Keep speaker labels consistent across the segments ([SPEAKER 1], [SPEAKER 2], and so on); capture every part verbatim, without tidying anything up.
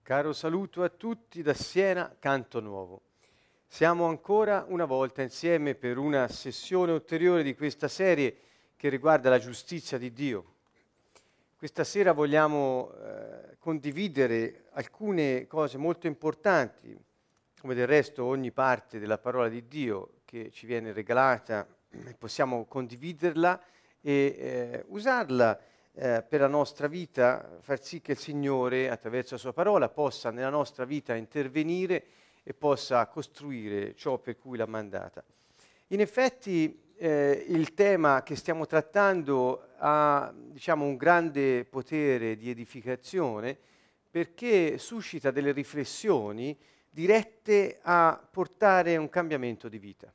[SPEAKER 1] Caro saluto a tutti da Siena, Canto Nuovo. Siamo ancora una volta insieme per una sessione ulteriore di questa serie che riguarda la giustizia di Dio. Questa sera vogliamo eh, condividere alcune cose molto importanti, come del resto ogni parte della parola di Dio che ci viene regalata, possiamo condividerla e eh, usarla Eh, per la nostra vita, far sì che il Signore, attraverso la sua parola, possa nella nostra vita intervenire e possa costruire ciò per cui l'ha mandata. In effetti eh, il tema che stiamo trattando ha, diciamo, un grande potere di edificazione perché suscita delle riflessioni dirette a portare un cambiamento di vita.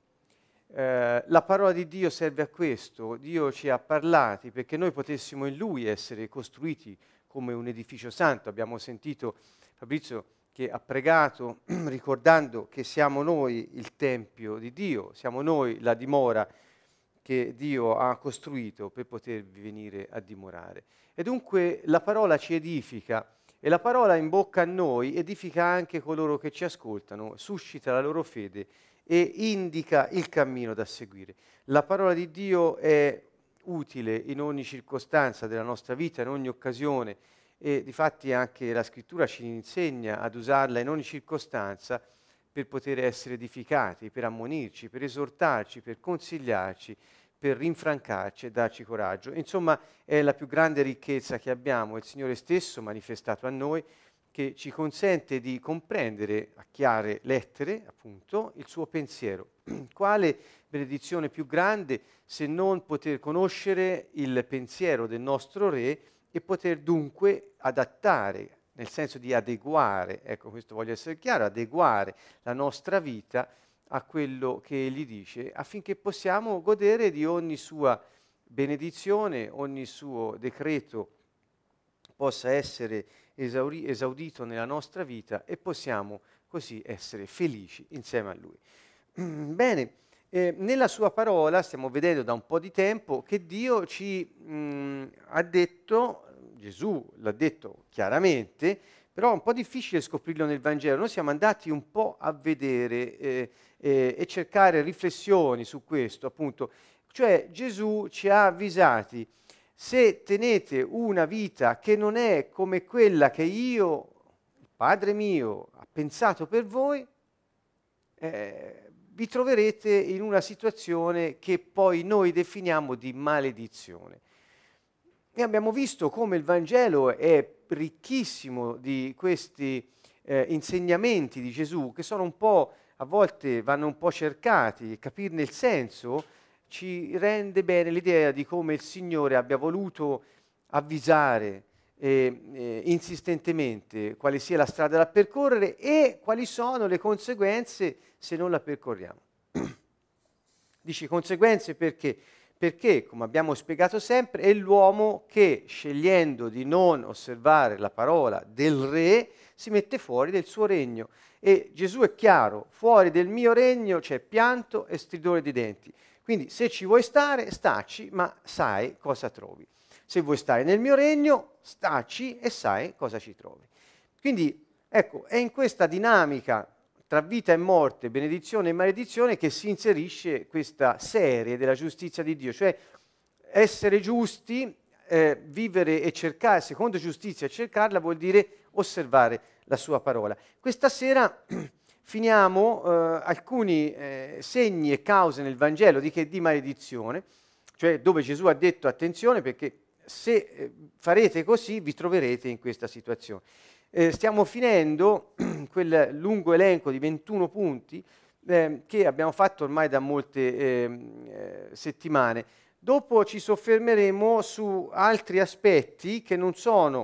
[SPEAKER 1] Eh, la parola di Dio serve a questo, Dio ci ha parlati perché noi potessimo in Lui essere costruiti come un edificio santo. Abbiamo sentito Fabrizio che ha pregato ricordando che siamo noi il Tempio di Dio, siamo noi la dimora che Dio ha costruito per potervi venire a dimorare. E dunque la parola ci edifica e la parola in bocca a noi edifica anche coloro che ci ascoltano, suscita la loro fede e indica il cammino da seguire. La parola di Dio è utile in ogni circostanza della nostra vita, in ogni occasione, e difatti anche la Scrittura ci insegna ad usarla in ogni circostanza per poter essere edificati, per ammonirci, per esortarci, per consigliarci, per rinfrancarci e darci coraggio. Insomma, è la più grande ricchezza che abbiamo, il Signore stesso manifestato a noi, che ci consente di comprendere a chiare lettere, appunto, il suo pensiero. Quale benedizione più grande se non poter conoscere il pensiero del nostro Re e poter dunque adattare, nel senso di adeguare, ecco questo voglio essere chiaro, adeguare la nostra vita a quello che Egli dice, affinché possiamo godere di ogni sua benedizione, ogni suo decreto possa essere esauri- esaudito nella nostra vita e possiamo così essere felici insieme a Lui. Bene, eh, nella sua parola stiamo vedendo da un po' di tempo che Dio ci mh, ha detto, Gesù l'ha detto chiaramente, però è un po' difficile scoprirlo nel Vangelo. Noi siamo andati un po' a vedere eh, eh, e cercare riflessioni su questo, appunto. Cioè Gesù ci ha avvisati: se tenete una vita che non è come quella che io, il Padre mio, ha pensato per voi, eh, vi troverete in una situazione che poi noi definiamo di maledizione. E abbiamo visto come il Vangelo è ricchissimo di questi eh, insegnamenti di Gesù, che sono un po', a volte vanno un po' cercati, capirne il senso ci rende bene l'idea di come il Signore abbia voluto avvisare eh, eh, insistentemente quale sia la strada da percorrere e quali sono le conseguenze se non la percorriamo. Dici conseguenze perché? Perché, come abbiamo spiegato sempre, è l'uomo che, scegliendo di non osservare la parola del Re, si mette fuori del suo regno. E Gesù è chiaro: fuori del mio regno c'è pianto e stridore di denti. Quindi se ci vuoi stare, staci, ma sai cosa trovi. Se vuoi stare nel mio regno, staci e sai cosa ci trovi. Quindi, ecco, è in questa dinamica tra vita e morte, benedizione e maledizione, che si inserisce questa serie della giustizia di Dio, cioè essere giusti, eh, vivere e cercare, secondo giustizia e cercarla vuol dire osservare la sua parola. Questa sera finiamo eh, alcuni eh, segni e cause nel Vangelo di, che, di maledizione, cioè dove Gesù ha detto attenzione perché se eh, farete così vi troverete in questa situazione. Eh, stiamo finendo quel lungo elenco di ventuno punti eh, che abbiamo fatto ormai da molte eh, eh, settimane. Dopo ci soffermeremo su altri aspetti che non sono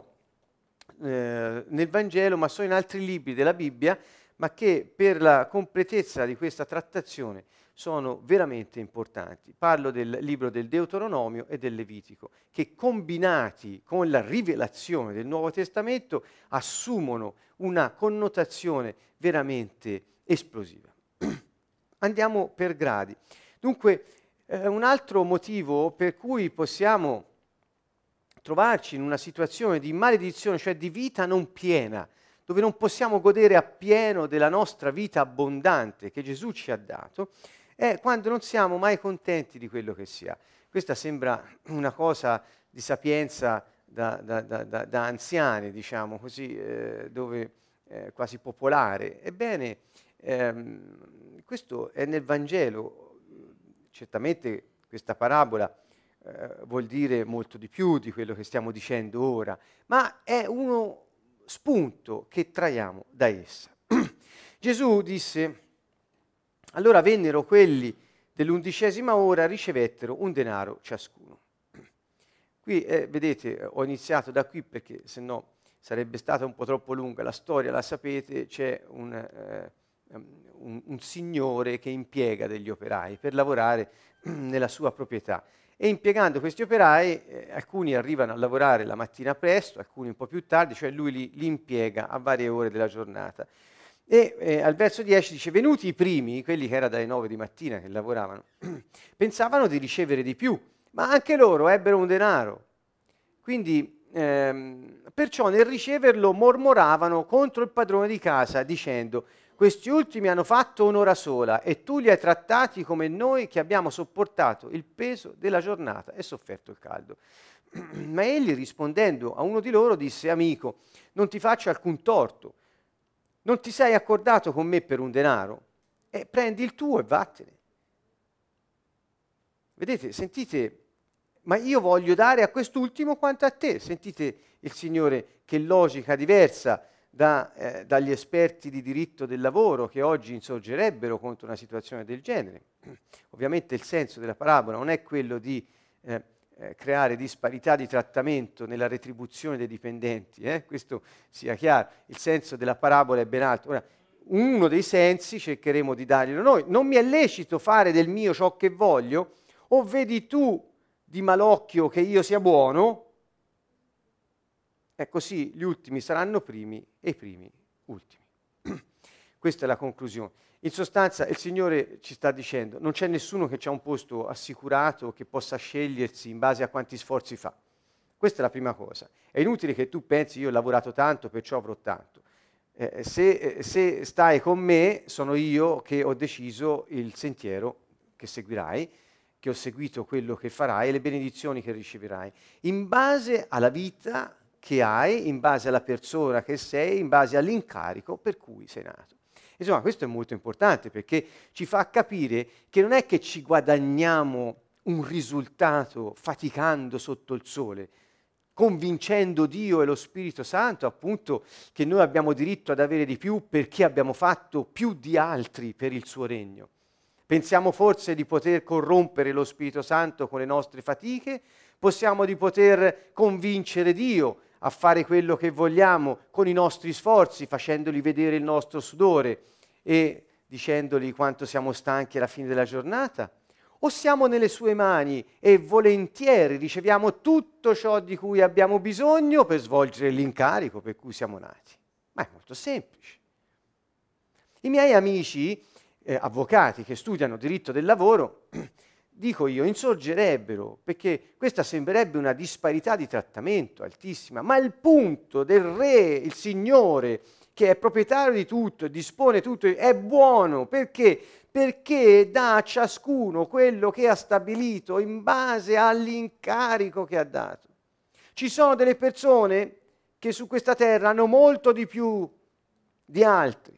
[SPEAKER 1] eh, nel Vangelo, ma sono in altri libri della Bibbia, ma che per la completezza di questa trattazione sono veramente importanti. Parlo del libro del Deuteronomio e del Levitico, che combinati con la rivelazione del Nuovo Testamento assumono una connotazione veramente esplosiva. Andiamo per gradi. Dunque, eh, un altro motivo per cui possiamo trovarci in una situazione di maledizione, cioè di vita non piena, dove non possiamo godere appieno della nostra vita abbondante che Gesù ci ha dato, è quando non siamo mai contenti di quello che si ha. Questa sembra una cosa di sapienza da, da, da, da, da anziani, diciamo così, eh, dove eh, quasi popolare. Ebbene, ehm, questo è nel Vangelo. Certamente questa parabola eh, vuol dire molto di più di quello che stiamo dicendo ora, ma è uno spunto che traiamo da essa. Gesù disse: allora vennero quelli dell'undicesima ora, ricevettero un denaro ciascuno. Qui, eh, vedete, ho iniziato da qui perché se no sarebbe stata un po' troppo lunga la storia, la sapete, c'è un, eh, un, un signore che impiega degli operai per lavorare nella sua proprietà. E impiegando questi operai, eh, alcuni arrivano a lavorare la mattina presto, alcuni un po' più tardi, cioè lui li, li impiega a varie ore della giornata. E eh, al verso dieci dice: venuti i primi, quelli che era dalle nove di mattina che lavoravano, pensavano di ricevere di più, ma anche loro ebbero un denaro. Quindi, ehm, perciò nel riceverlo mormoravano contro il padrone di casa, dicendo: questi ultimi hanno fatto un'ora sola e tu li hai trattati come noi che abbiamo sopportato il peso della giornata e sofferto il caldo. Ma egli, rispondendo a uno di loro, disse: amico, non ti faccio alcun torto. Non ti sei accordato con me per un denaro? E prendi il tuo e vattene. Vedete, sentite, ma io voglio dare a quest'ultimo quanto a te. Sentite il Signore, che logica diversa da, eh, dagli esperti di diritto del lavoro che oggi insorgerebbero contro una situazione del genere. Ovviamente il senso della parabola non è quello di eh, eh, creare disparità di trattamento nella retribuzione dei dipendenti, eh? Questo sia chiaro. Il senso della parabola è ben altro. Ora, uno dei sensi cercheremo di darglielo noi. Non mi è lecito fare del mio ciò che voglio? O vedi tu di malocchio che io sia buono? E così gli ultimi saranno primi e i primi ultimi. Questa è la conclusione. In sostanza il Signore ci sta dicendo: non c'è nessuno che ha un posto assicurato che possa scegliersi in base a quanti sforzi fa. Questa è la prima cosa. È inutile che tu pensi: io ho lavorato tanto, perciò avrò tanto. Eh, se, eh, se stai con me, sono io che ho deciso il sentiero che seguirai, che ho seguito quello che farai e le benedizioni che riceverai, in base alla vita che hai, in base alla persona che sei, in base all'incarico per cui sei nato. Insomma, questo è molto importante perché ci fa capire che non è che ci guadagniamo un risultato faticando sotto il sole, convincendo Dio e lo Spirito Santo appunto che noi abbiamo diritto ad avere di più perché abbiamo fatto più di altri per il suo regno. Pensiamo forse di poter corrompere lo Spirito Santo con le nostre fatiche? Possiamo di poter convincere Dio a fare quello che vogliamo con i nostri sforzi, facendogli vedere il nostro sudore e dicendogli quanto siamo stanchi alla fine della giornata? O siamo nelle sue mani e volentieri riceviamo tutto ciò di cui abbiamo bisogno per svolgere l'incarico per cui siamo nati? Ma è molto semplice. I miei amici eh, avvocati che studiano diritto del lavoro, dico io, insorgerebbero, perché questa sembrerebbe una disparità di trattamento altissima, ma il punto del re, il Signore, che è proprietario di tutto e dispone tutto, è buono. Perché? Perché dà a ciascuno quello che ha stabilito in base all'incarico che ha dato. Ci sono delle persone che su questa terra hanno molto di più di altri.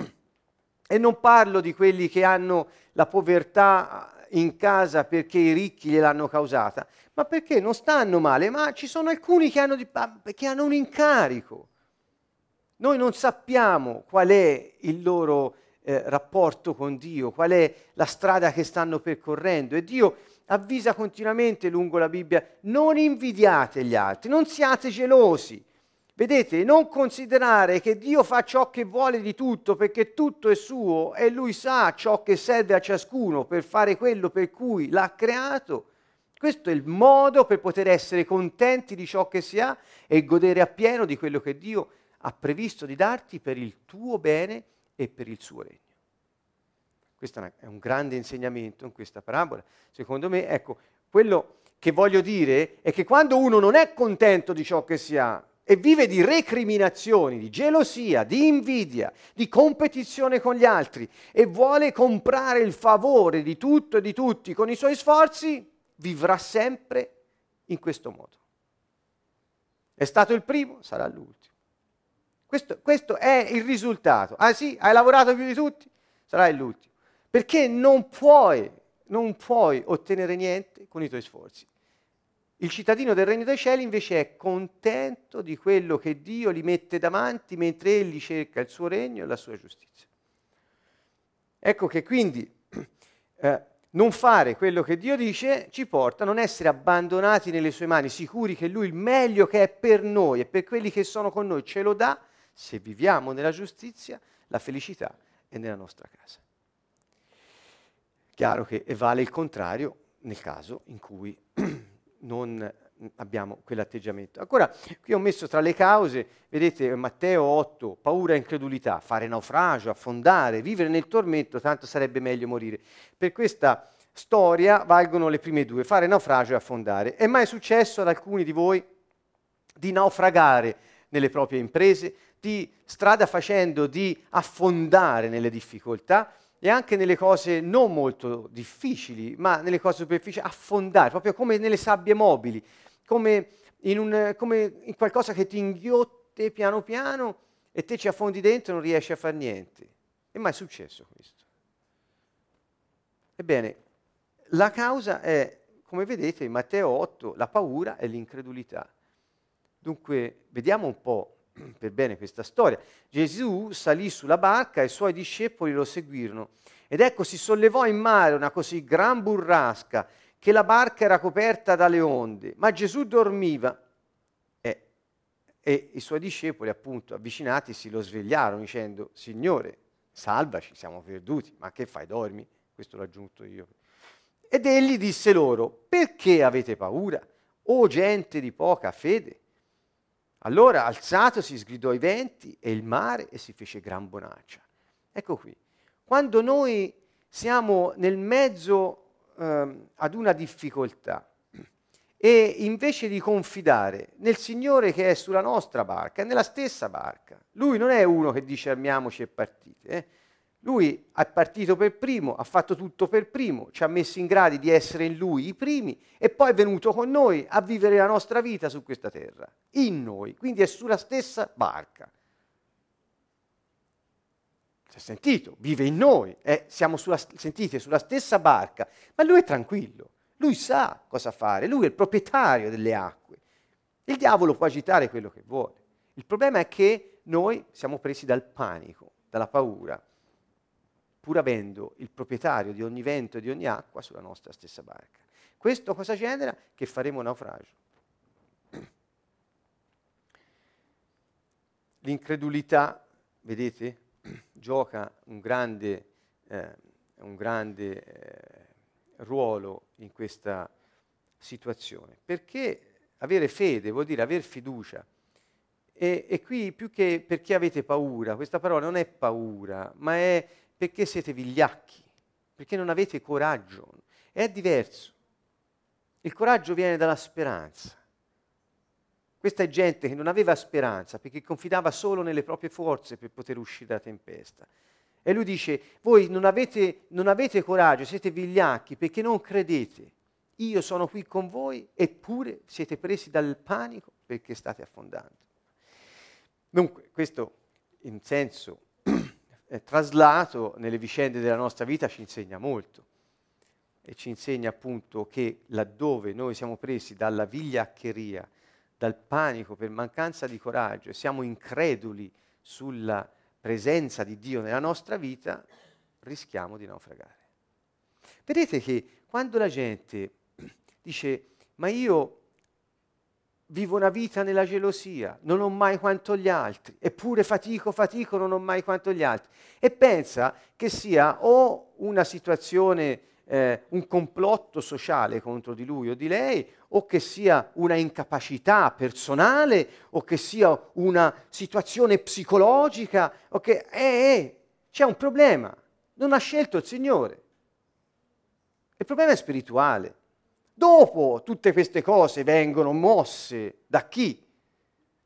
[SPEAKER 1] E non parlo di quelli che hanno la povertà in casa perché i ricchi gliel'hanno causata, ma perché non stanno male, ma ci sono alcuni che hanno, di, che hanno un incarico. Noi non sappiamo qual è il loro eh, rapporto con Dio, qual è la strada che stanno percorrendo, e Dio avvisa continuamente lungo la Bibbia: non invidiate gli altri, non siate gelosi. Vedete, non considerare che Dio fa ciò che vuole di tutto perché tutto è suo e Lui sa ciò che serve a ciascuno per fare quello per cui l'ha creato. Questo è il modo per poter essere contenti di ciò che si ha e godere appieno di quello che Dio ha previsto di darti per il tuo bene e per il suo regno. Questo è un grande insegnamento in questa parabola. Secondo me, ecco, quello che voglio dire è che quando uno non è contento di ciò che si ha, e vive di recriminazioni, di gelosia, di invidia, di competizione con gli altri e vuole comprare il favore di tutto e di tutti con i suoi sforzi, vivrà sempre in questo modo. È stato il primo, sarà l'ultimo. Questo, questo è il risultato. Ah sì, hai lavorato più di tutti? Sarai l'ultimo. Perché non puoi, non puoi ottenere niente con i tuoi sforzi. Il cittadino del Regno dei Cieli invece è contento di quello che Dio gli mette davanti mentre egli cerca il suo regno e la sua giustizia. Ecco che quindi eh, non fare quello che Dio dice ci porta a non essere abbandonati nelle sue mani, sicuri che Lui il meglio che è per noi e per quelli che sono con noi ce lo dà se viviamo nella giustizia, la felicità è nella nostra casa. Chiaro che vale il contrario nel caso in cui non abbiamo quell'atteggiamento. Ancora, qui ho messo tra le cause, vedete Matteo otto, paura e incredulità, fare naufragio, affondare, vivere nel tormento, tanto sarebbe meglio morire. Per questa storia valgono le prime due, fare naufragio e affondare. È mai successo ad alcuni di voi di naufragare nelle proprie imprese, di strada facendo di affondare nelle difficoltà? E anche nelle cose non molto difficili, ma nelle cose superficiali, affondare, proprio come nelle sabbie mobili, come in, un, come in qualcosa che ti inghiotte piano piano e te ci affondi dentro e non riesci a fare niente. È mai successo questo? Ebbene, la causa è, come vedete in Matteo otto, la paura e l'incredulità. Dunque, vediamo un po' per bene questa storia. Gesù salì sulla barca e i suoi discepoli lo seguirono ed ecco si sollevò in mare una così gran burrasca che la barca era coperta dalle onde, ma Gesù dormiva e, e i suoi discepoli appunto avvicinatisi lo svegliarono dicendo: Signore, salvaci, siamo perduti. Ma che fai, dormi? Questo l'ho aggiunto io. Ed egli disse loro: perché avete paura, o gente di poca fede? Allora, alzatosi, sgridò i venti e il mare e si fece gran bonaccia. Ecco qui, quando noi siamo nel mezzo ehm, ad una difficoltà e invece di confidare nel Signore che è sulla nostra barca, è nella stessa barca, Lui non è uno che dice armiamoci e partite, eh? Lui è partito per primo, ha fatto tutto per primo, ci ha messo in grado di essere in Lui i primi e poi è venuto con noi a vivere la nostra vita su questa terra, in noi, quindi è sulla stessa barca. Si è sentito? Vive in noi, eh, siamo sulla, sentite, sulla stessa barca, ma Lui è tranquillo, Lui sa cosa fare, Lui è il proprietario delle acque. Il diavolo può agitare quello che vuole. Il problema è che noi siamo presi dal panico, dalla paura, pur avendo il proprietario di ogni vento e di ogni acqua sulla nostra stessa barca. Questo cosa genera? Che faremo naufragio. L'incredulità, vedete, gioca un grande, eh, un grande eh, ruolo in questa situazione, perché avere fede vuol dire aver fiducia. E, e qui più che perché avete paura, questa parola non è paura, ma è perché siete vigliacchi, perché non avete coraggio. È diverso. Il coraggio viene dalla speranza. Questa è gente che non aveva speranza perché confidava solo nelle proprie forze per poter uscire dalla tempesta. E lui dice: voi non avete, non avete coraggio, siete vigliacchi perché non credete. Io sono qui con voi eppure siete presi dal panico perché state affondando. Dunque, questo in senso eh, traslato nelle vicende della nostra vita ci insegna molto e ci insegna appunto che laddove noi siamo presi dalla vigliaccheria, dal panico per mancanza di coraggio e siamo increduli sulla presenza di Dio nella nostra vita, rischiamo di naufragare. Vedete che quando la gente dice ma io vivo una vita nella gelosia, non ho mai quanto gli altri, eppure fatico, fatico, non ho mai quanto gli altri. E pensa che sia o una situazione, eh, un complotto sociale contro di lui o di lei, o che sia una incapacità personale, o che sia una situazione psicologica, o che eh, eh, c'è un problema, non ha scelto il Signore. Il problema è spirituale. Dopo tutte queste cose vengono mosse da chi?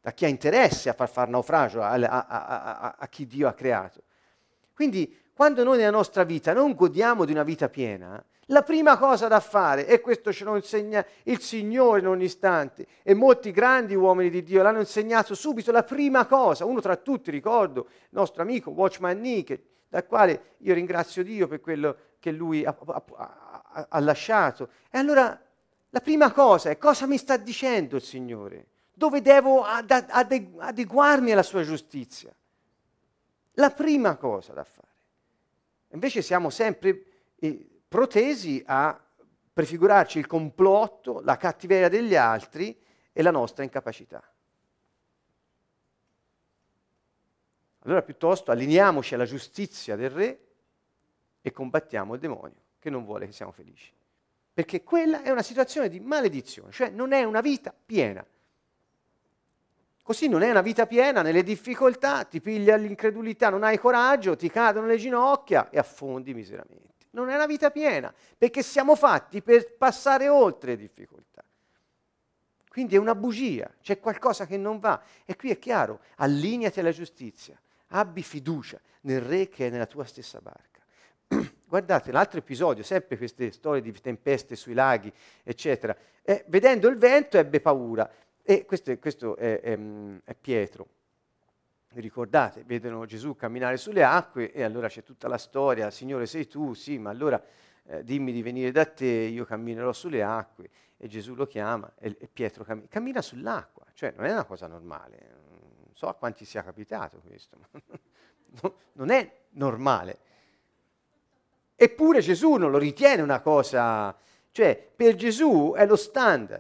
[SPEAKER 1] da chi ha interesse a far far naufragio a, a, a, a, a chi Dio ha creato. Quindi quando noi nella nostra vita non godiamo di una vita piena, la prima cosa da fare, e questo ce lo insegna il Signore in ogni istante, e molti grandi uomini di Dio l'hanno insegnato subito, la prima cosa, uno tra tutti, ricordo, il nostro amico Watchman Nee, che, dal quale io ringrazio Dio per quello che lui ha, ha, ha, ha lasciato. E allora la prima cosa è: cosa mi sta dicendo il Signore? Dove devo ad, ad, adeguarmi alla sua giustizia? La prima cosa da fare. Invece siamo sempre eh, protesi a prefigurarci il complotto, la cattiveria degli altri e la nostra incapacità. Allora piuttosto allineiamoci alla giustizia del Re e combattiamo il demonio che non vuole che siamo felici. Perché quella è una situazione di maledizione, cioè non è una vita piena. Così non è una vita piena, nelle difficoltà ti piglia l'incredulità, non hai coraggio, ti cadono le ginocchia e affondi miseramente. Non è una vita piena, perché siamo fatti per passare oltre le difficoltà. Quindi è una bugia, c'è qualcosa che non va. E qui è chiaro, allineati alla giustizia, abbi fiducia nel Re che è nella tua stessa barca. Guardate, l'altro episodio, sempre queste storie di tempeste sui laghi, eccetera. Eh, vedendo il vento ebbe paura. E questo, è, questo è, è, è Pietro. Vi ricordate? Vedono Gesù camminare sulle acque e allora c'è tutta la storia: Signore sei tu? Sì, ma allora eh, dimmi di venire da te, io camminerò sulle acque. E Gesù lo chiama e, e Pietro cammina, cammina sull'acqua, cioè non è una cosa normale. Non so a quanti sia capitato questo, ma non è normale. Eppure Gesù non lo ritiene una cosa, cioè per Gesù è lo standard.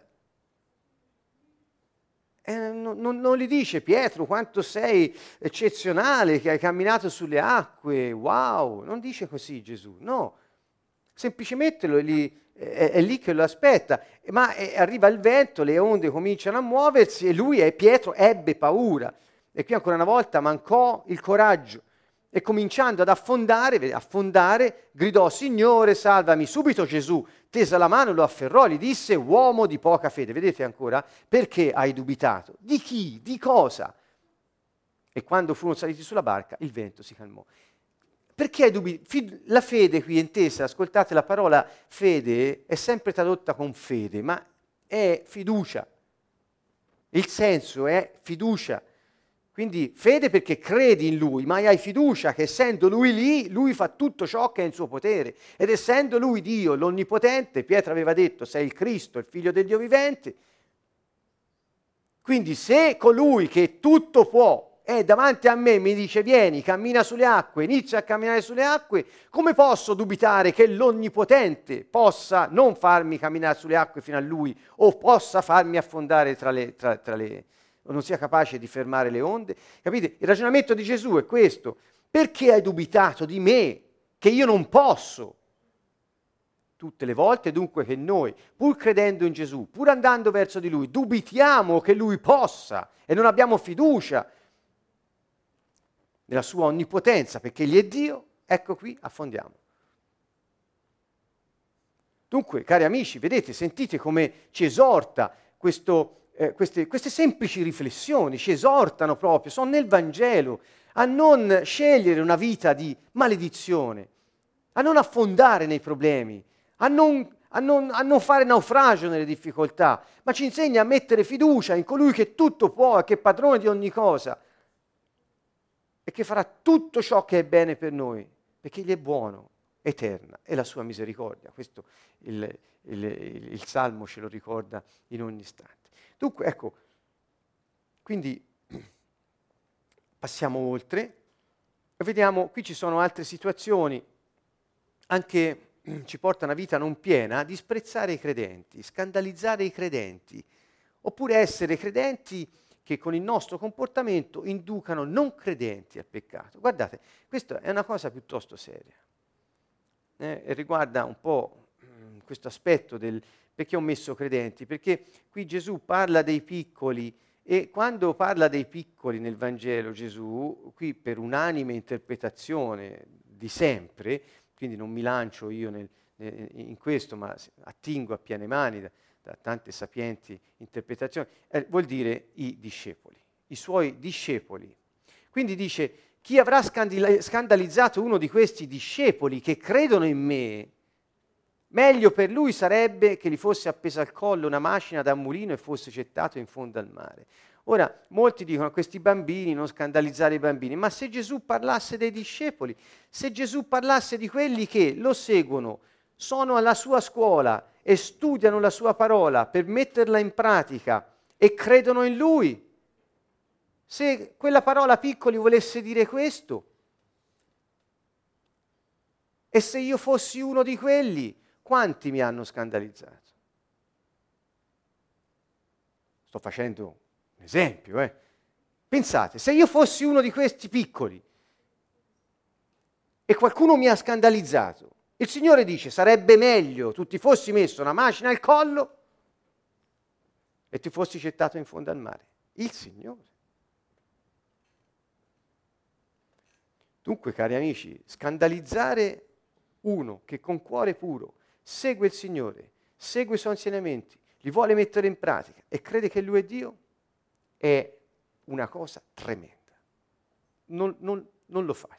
[SPEAKER 1] Eh, non, non, non gli dice: Pietro, quanto sei eccezionale che hai camminato sulle acque, wow, non dice così Gesù, no, semplicemente lo, lì, è, è lì che lo aspetta, ma è, arriva il vento, le onde cominciano a muoversi e lui, è, Pietro, ebbe paura, e qui ancora una volta mancò il coraggio, e cominciando ad affondare, affondare, gridò: Signore salvami. Subito Gesù tesa la mano e lo afferrò, gli disse: uomo di poca fede. Vedete ancora? Perché hai dubitato? Di chi? Di cosa? E quando furono saliti sulla barca, il vento si calmò. Perché hai dubitato? La fede qui intesa, ascoltate, la parola fede è sempre tradotta con fede, ma è fiducia. Il senso è fiducia. Quindi fede perché credi in Lui, ma hai fiducia che essendo Lui lì, Lui fa tutto ciò che è in suo potere. Ed essendo Lui Dio, l'Onnipotente, Pietro aveva detto: sei il Cristo, il Figlio del Dio vivente. Quindi se colui che tutto può è davanti a me e mi dice: vieni, cammina sulle acque, inizia a camminare sulle acque, come posso dubitare che l'Onnipotente possa non farmi camminare sulle acque fino a Lui o possa farmi affondare tra le... Tra, tra le o non sia capace di fermare le onde? Capite? Il ragionamento di Gesù è questo: perché hai dubitato di me, che io non posso? Tutte le volte dunque che noi, pur credendo in Gesù, pur andando verso di Lui, dubitiamo che Lui possa e non abbiamo fiducia nella sua onnipotenza, perché Egli è Dio, ecco qui affondiamo. Dunque, cari amici, vedete, sentite come ci esorta questo... Eh, queste, queste semplici riflessioni ci esortano proprio, sono nel Vangelo, a non scegliere una vita di maledizione, a non affondare nei problemi, a non, a non, a non fare naufragio nelle difficoltà, ma ci insegna a mettere fiducia in colui che tutto può e che è padrone di ogni cosa e che farà tutto ciò che è bene per noi, perché Egli è buono, eterna, è la sua misericordia. Questo il, il, il, il Salmo ce lo ricorda in ogni istante. Dunque, ecco, quindi passiamo oltre e vediamo, qui ci sono altre situazioni, anche ci portano a vita non piena, a disprezzare i credenti, scandalizzare i credenti, oppure essere credenti che con il nostro comportamento inducano non credenti al peccato. Guardate, questa è una cosa piuttosto seria, eh, e riguarda un po' mh, questo aspetto del... Perché ho messo credenti? Perché qui Gesù parla dei piccoli e quando parla dei piccoli nel Vangelo Gesù, qui per unanime interpretazione di sempre, quindi non mi lancio io nel, in questo, ma attingo a piene mani da, da tante sapienti interpretazioni, eh, vuol dire i discepoli. i suoi discepoli. Quindi dice, chi avrà scandalizzato uno di questi discepoli che credono in me, meglio per lui sarebbe che gli fosse appesa al collo una macina da un mulino e fosse gettato in fondo al mare. Ora, molti dicono a questi bambini, non scandalizzare i bambini, ma se Gesù parlasse dei discepoli, se Gesù parlasse di quelli che lo seguono, sono alla sua scuola e studiano la sua parola per metterla in pratica e credono in lui, se quella parola piccoli volesse dire questo, e se io fossi uno di quelli, quanti mi hanno scandalizzato? Sto facendo un esempio, eh. Pensate, se io fossi uno di questi piccoli e qualcuno mi ha scandalizzato, il Signore dice, sarebbe meglio tu ti fossi messo una macina al collo e ti fossi gettato in fondo al mare. Il Signore. Dunque, cari amici, scandalizzare uno che con cuore puro segue il Signore, segue i suoi insegnamenti, li vuole mettere in pratica e crede che Lui è Dio, è una cosa tremenda. Non, non, non lo fate.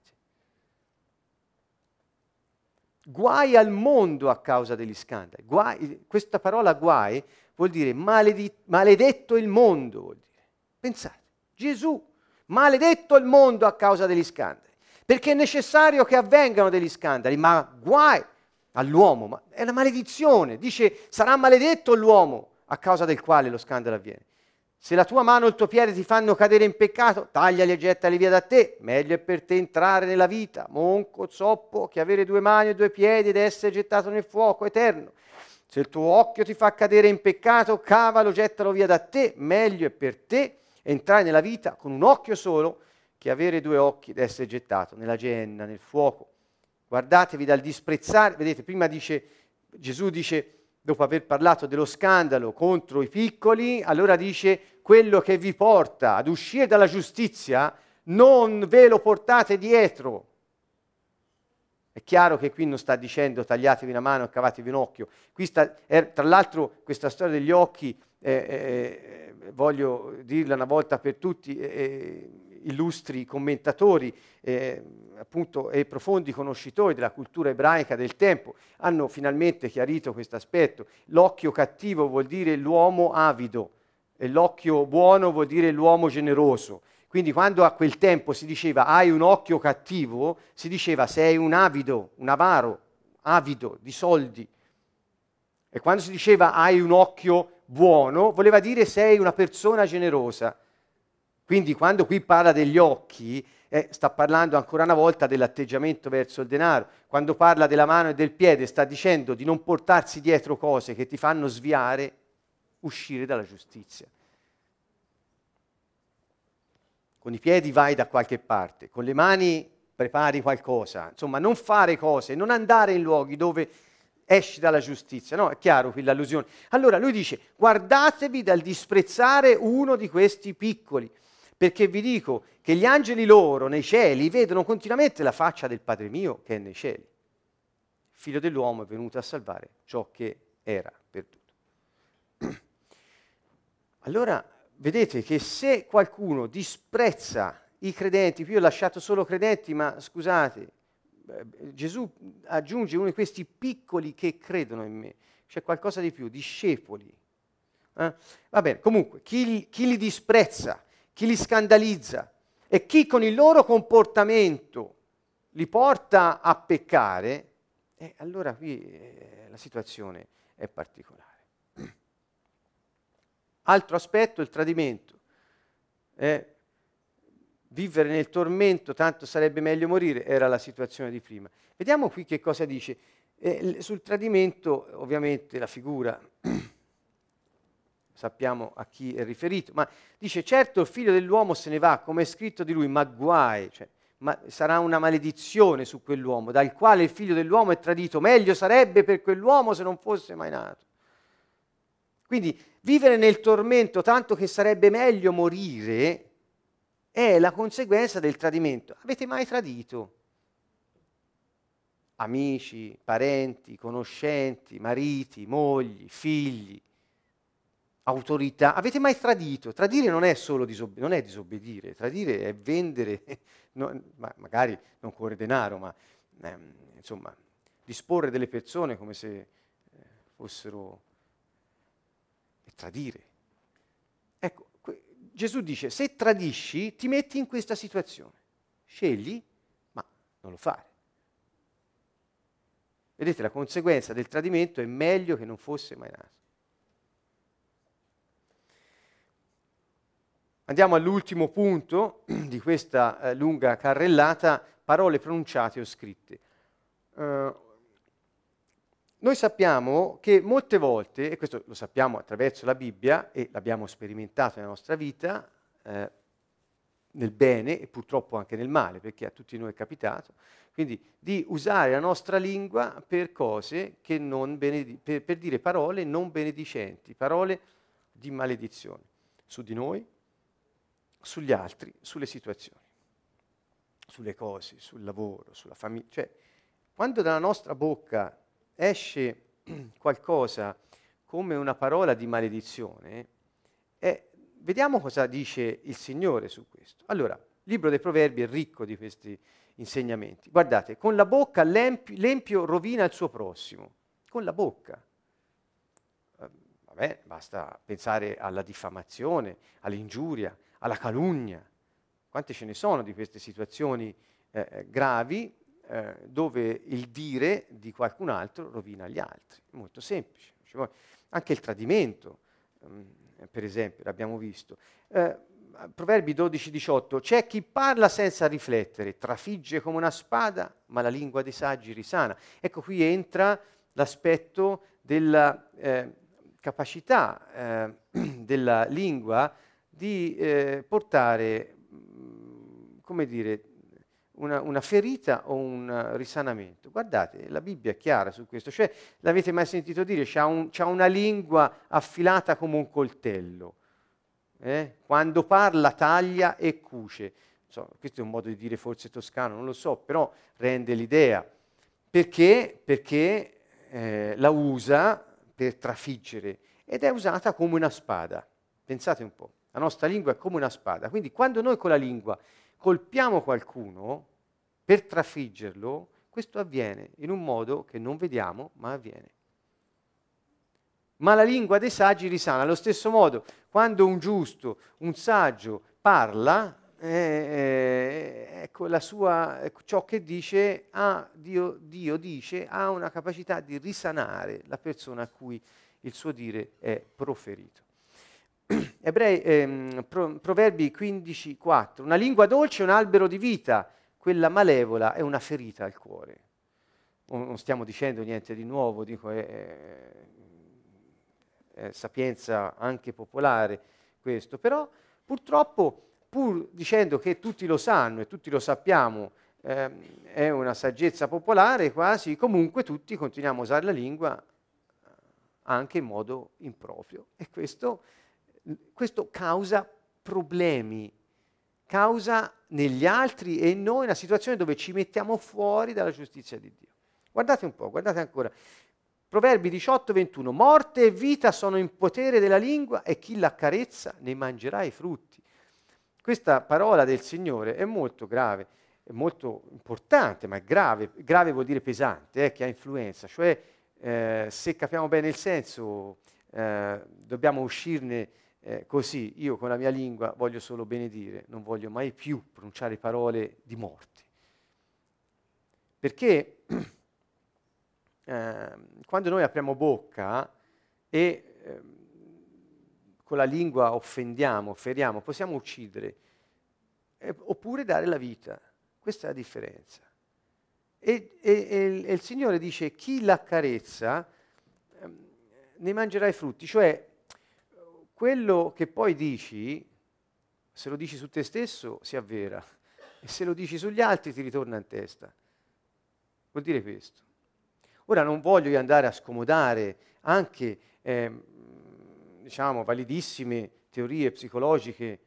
[SPEAKER 1] Guai al mondo a causa degli scandali. Guai, questa parola guai vuol dire maledi, maledetto il mondo, vuol dire. Pensate, Gesù, maledetto il mondo a causa degli scandali. Perché è necessario che avvengano degli scandali, ma guai all'uomo, ma è una maledizione. Dice, sarà maledetto l'uomo a causa del quale lo scandalo avviene. Se la tua mano o il tuo piede ti fanno cadere in peccato, tagliali e gettali via da te. Meglio è per te entrare nella vita, monco, zoppo, che avere due mani e due piedi ed essere gettato nel fuoco eterno. Se il tuo occhio ti fa cadere in peccato, cavalo, gettalo via da te. Meglio è per te entrare nella vita con un occhio solo, che avere due occhi ed essere gettato nella genna, nel fuoco. Guardatevi dal disprezzare, vedete, prima dice, Gesù dice, dopo aver parlato dello scandalo contro i piccoli, allora dice, quello che vi porta ad uscire dalla giustizia, non ve lo portate dietro. È chiaro che qui non sta dicendo tagliatevi una mano e cavatevi un occhio. Qui sta, è, tra l'altro, questa storia degli occhi, eh, eh, voglio dirla una volta per tutti, eh, illustri commentatori eh, appunto e profondi conoscitori della cultura ebraica del tempo hanno finalmente chiarito questo aspetto. L'occhio cattivo vuol dire l'uomo avido e l'occhio buono vuol dire l'uomo generoso. Quindi quando a quel tempo si diceva hai un occhio cattivo, si diceva sei un avido, un avaro, avido di soldi. E quando si diceva hai un occhio buono, voleva dire sei una persona generosa. Quindi quando qui parla degli occhi, eh, sta parlando ancora una volta dell'atteggiamento verso il denaro. Quando parla della mano e del piede, sta dicendo di non portarsi dietro cose che ti fanno sviare, uscire dalla giustizia. Con i piedi vai da qualche parte, con le mani prepari qualcosa. Insomma, non fare cose, non andare in luoghi dove esci dalla giustizia. No, è chiaro qui l'allusione. Allora lui dice, guardatevi dal disprezzare uno di questi piccoli. Perché vi dico che gli angeli loro nei cieli vedono continuamente la faccia del Padre mio che è nei cieli. Il Figlio dell'uomo è venuto a salvare ciò che era perduto. Allora, vedete che se qualcuno disprezza i credenti, qui ho lasciato solo credenti, ma scusate, Gesù aggiunge uno di questi piccoli che credono in me, c'è qualcosa di più, discepoli. Eh? Va bene, comunque, chi, chi li disprezza, chi li scandalizza e chi con il loro comportamento li porta a peccare, eh, allora qui eh, la situazione è particolare. Altro aspetto, il tradimento. Eh, vivere nel tormento, tanto sarebbe meglio morire, era la situazione di prima. Vediamo qui che cosa dice. Eh, sul tradimento, ovviamente, la figura... sappiamo a chi è riferito, ma dice certo il figlio dell'uomo se ne va, come è scritto di lui, ma guai, cioè, ma sarà una maledizione su quell'uomo, dal quale il figlio dell'uomo è tradito, meglio sarebbe per quell'uomo se non fosse mai nato. Quindi vivere nel tormento, tanto che sarebbe meglio morire, è la conseguenza del tradimento. Avete mai tradito? Amici, parenti, conoscenti, mariti, mogli, figli. autorità. Avete mai tradito? Tradire non è solo disob- non è disobbedire, tradire è vendere, no, ma magari non con denaro, ma ehm, insomma, disporre delle persone come se eh, fossero e tradire. Ecco, que- Gesù dice, se tradisci ti metti in questa situazione, scegli, ma non lo fare. Vedete, la conseguenza del tradimento è meglio che non fosse mai nato. Andiamo all'ultimo punto di questa eh, lunga carrellata, parole pronunciate o scritte. Uh, noi sappiamo che molte volte, e questo lo sappiamo attraverso la Bibbia e l'abbiamo sperimentato nella nostra vita, eh, nel bene e purtroppo anche nel male, perché a tutti noi è capitato, quindi di usare la nostra lingua per cose che non benedi- per, per dire parole non benedicenti, parole di maledizione su di noi, sugli altri, sulle situazioni, sulle cose, sul lavoro, sulla famiglia. Cioè, quando dalla nostra bocca esce qualcosa come una parola di maledizione, eh, vediamo cosa dice il Signore su questo. Allora, il libro dei Proverbi è ricco di questi insegnamenti. Guardate, con la bocca l'empio, l'empio rovina il suo prossimo. Con la bocca. Eh, vabbè, basta pensare alla diffamazione, all'ingiuria, alla calunnia. Quante ce ne sono di queste situazioni eh, gravi eh, dove il dire di qualcun altro rovina gli altri? È molto semplice. Anche il tradimento, um, per esempio, l'abbiamo visto. Eh, Proverbi dodici diciotto, c'è chi parla senza riflettere, trafigge come una spada, ma la lingua dei saggi risana. Ecco, qui entra l'aspetto della eh, capacità eh, della lingua di eh, portare, mh, come dire, una, una ferita o un risanamento. Guardate, la Bibbia è chiara su questo, cioè l'avete mai sentito dire, c'ha, un, c'ha una lingua affilata come un coltello. Eh? Quando parla taglia e cuce. So, questo è un modo di dire forse toscano, non lo so, però rende l'idea. Perché? Perché eh, la usa per trafiggere ed è usata come una spada. Pensate un po', la nostra lingua è come una spada. Quindi quando noi con la lingua colpiamo qualcuno per trafiggerlo, questo avviene in un modo che non vediamo, ma avviene. Ma la lingua dei saggi risana. Allo stesso modo, quando un giusto, un saggio parla, eh, eh, ecco, la sua, ecco, ciò che dice, ha, Dio, Dio dice, ha una capacità di risanare la persona a cui il suo dire è proferito. Ebrei, ehm, Pro, Proverbi quindici quattro. Una lingua dolce è un albero di vita, quella malevola è una ferita al cuore. Non stiamo dicendo niente di nuovo, dico, è, è sapienza anche popolare questo, però purtroppo, pur dicendo che tutti lo sanno e tutti lo sappiamo, ehm, è una saggezza popolare quasi, comunque tutti continuiamo a usare la lingua anche in modo improprio e questo, questo causa problemi, causa negli altri e in noi una situazione dove ci mettiamo fuori dalla giustizia di Dio. Guardate un po', guardate ancora. Proverbi diciotto ventuno, morte e vita sono in potere della lingua e chi l'accarezza ne mangerà i frutti. Questa parola del Signore è molto grave, è molto importante, ma è grave. Grave vuol dire pesante, eh, che ha influenza, cioè eh, se capiamo bene il senso eh, dobbiamo uscirne eh, così. Io con la mia lingua voglio solo benedire, non voglio mai più pronunciare parole di morte. Perché Eh, quando noi apriamo bocca e eh, con la lingua offendiamo, feriamo, possiamo uccidere eh, oppure dare la vita. Questa è la differenza. E, e, e, e il Signore dice chi l'accarezza eh, ne mangerà i frutti, cioè quello che poi dici, se lo dici su te stesso si avvera e se lo dici sugli altri ti ritorna in testa. Vuol dire questo. Ora non voglio io andare a scomodare anche, eh, diciamo, validissime teorie psicologiche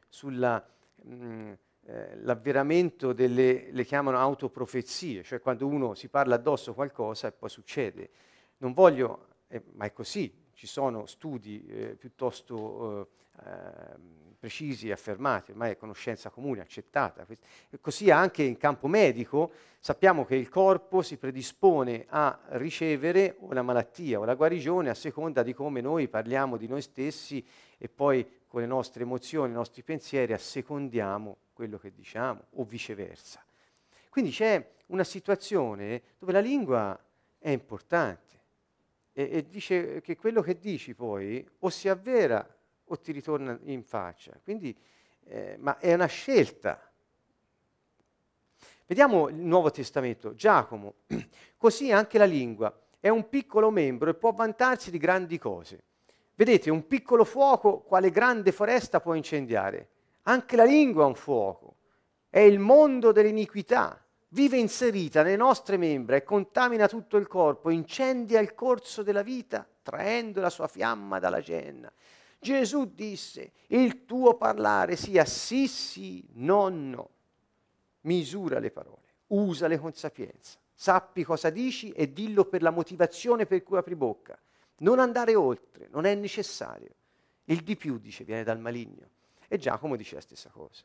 [SPEAKER 1] sull'avveramento delle, le chiamano autoprofezie, cioè quando uno si parla addosso qualcosa e poi succede. Non voglio, eh, ma è così, ci sono studi eh, piuttosto eh, eh, precisi e affermati, ormai è conoscenza comune, accettata. E così anche in campo medico sappiamo che il corpo si predispone a ricevere o la malattia o la guarigione a seconda di come noi parliamo di noi stessi e poi con le nostre emozioni, i nostri pensieri assecondiamo quello che diciamo o viceversa. Quindi c'è una situazione dove la lingua è importante e, e dice che quello che dici poi o si avvera o ti ritorna in faccia. Quindi, eh, ma è una scelta. Vediamo il Nuovo Testamento. Giacomo, così anche la lingua è un piccolo membro e può vantarsi di grandi cose. Vedete, un piccolo fuoco quale grande foresta può incendiare. Anche la lingua è un fuoco. È il mondo dell'iniquità. Vive inserita nelle nostre membra e contamina tutto il corpo, incendia il corso della vita, traendo la sua fiamma dalla genna. Gesù disse, il tuo parlare sia sì sì, no no. Misura le parole, usale con sapienza. Sappi cosa dici e dillo per la motivazione per cui apri bocca. Non andare oltre, non è necessario. Il di più, dice, viene dal maligno. E Giacomo dice la stessa cosa.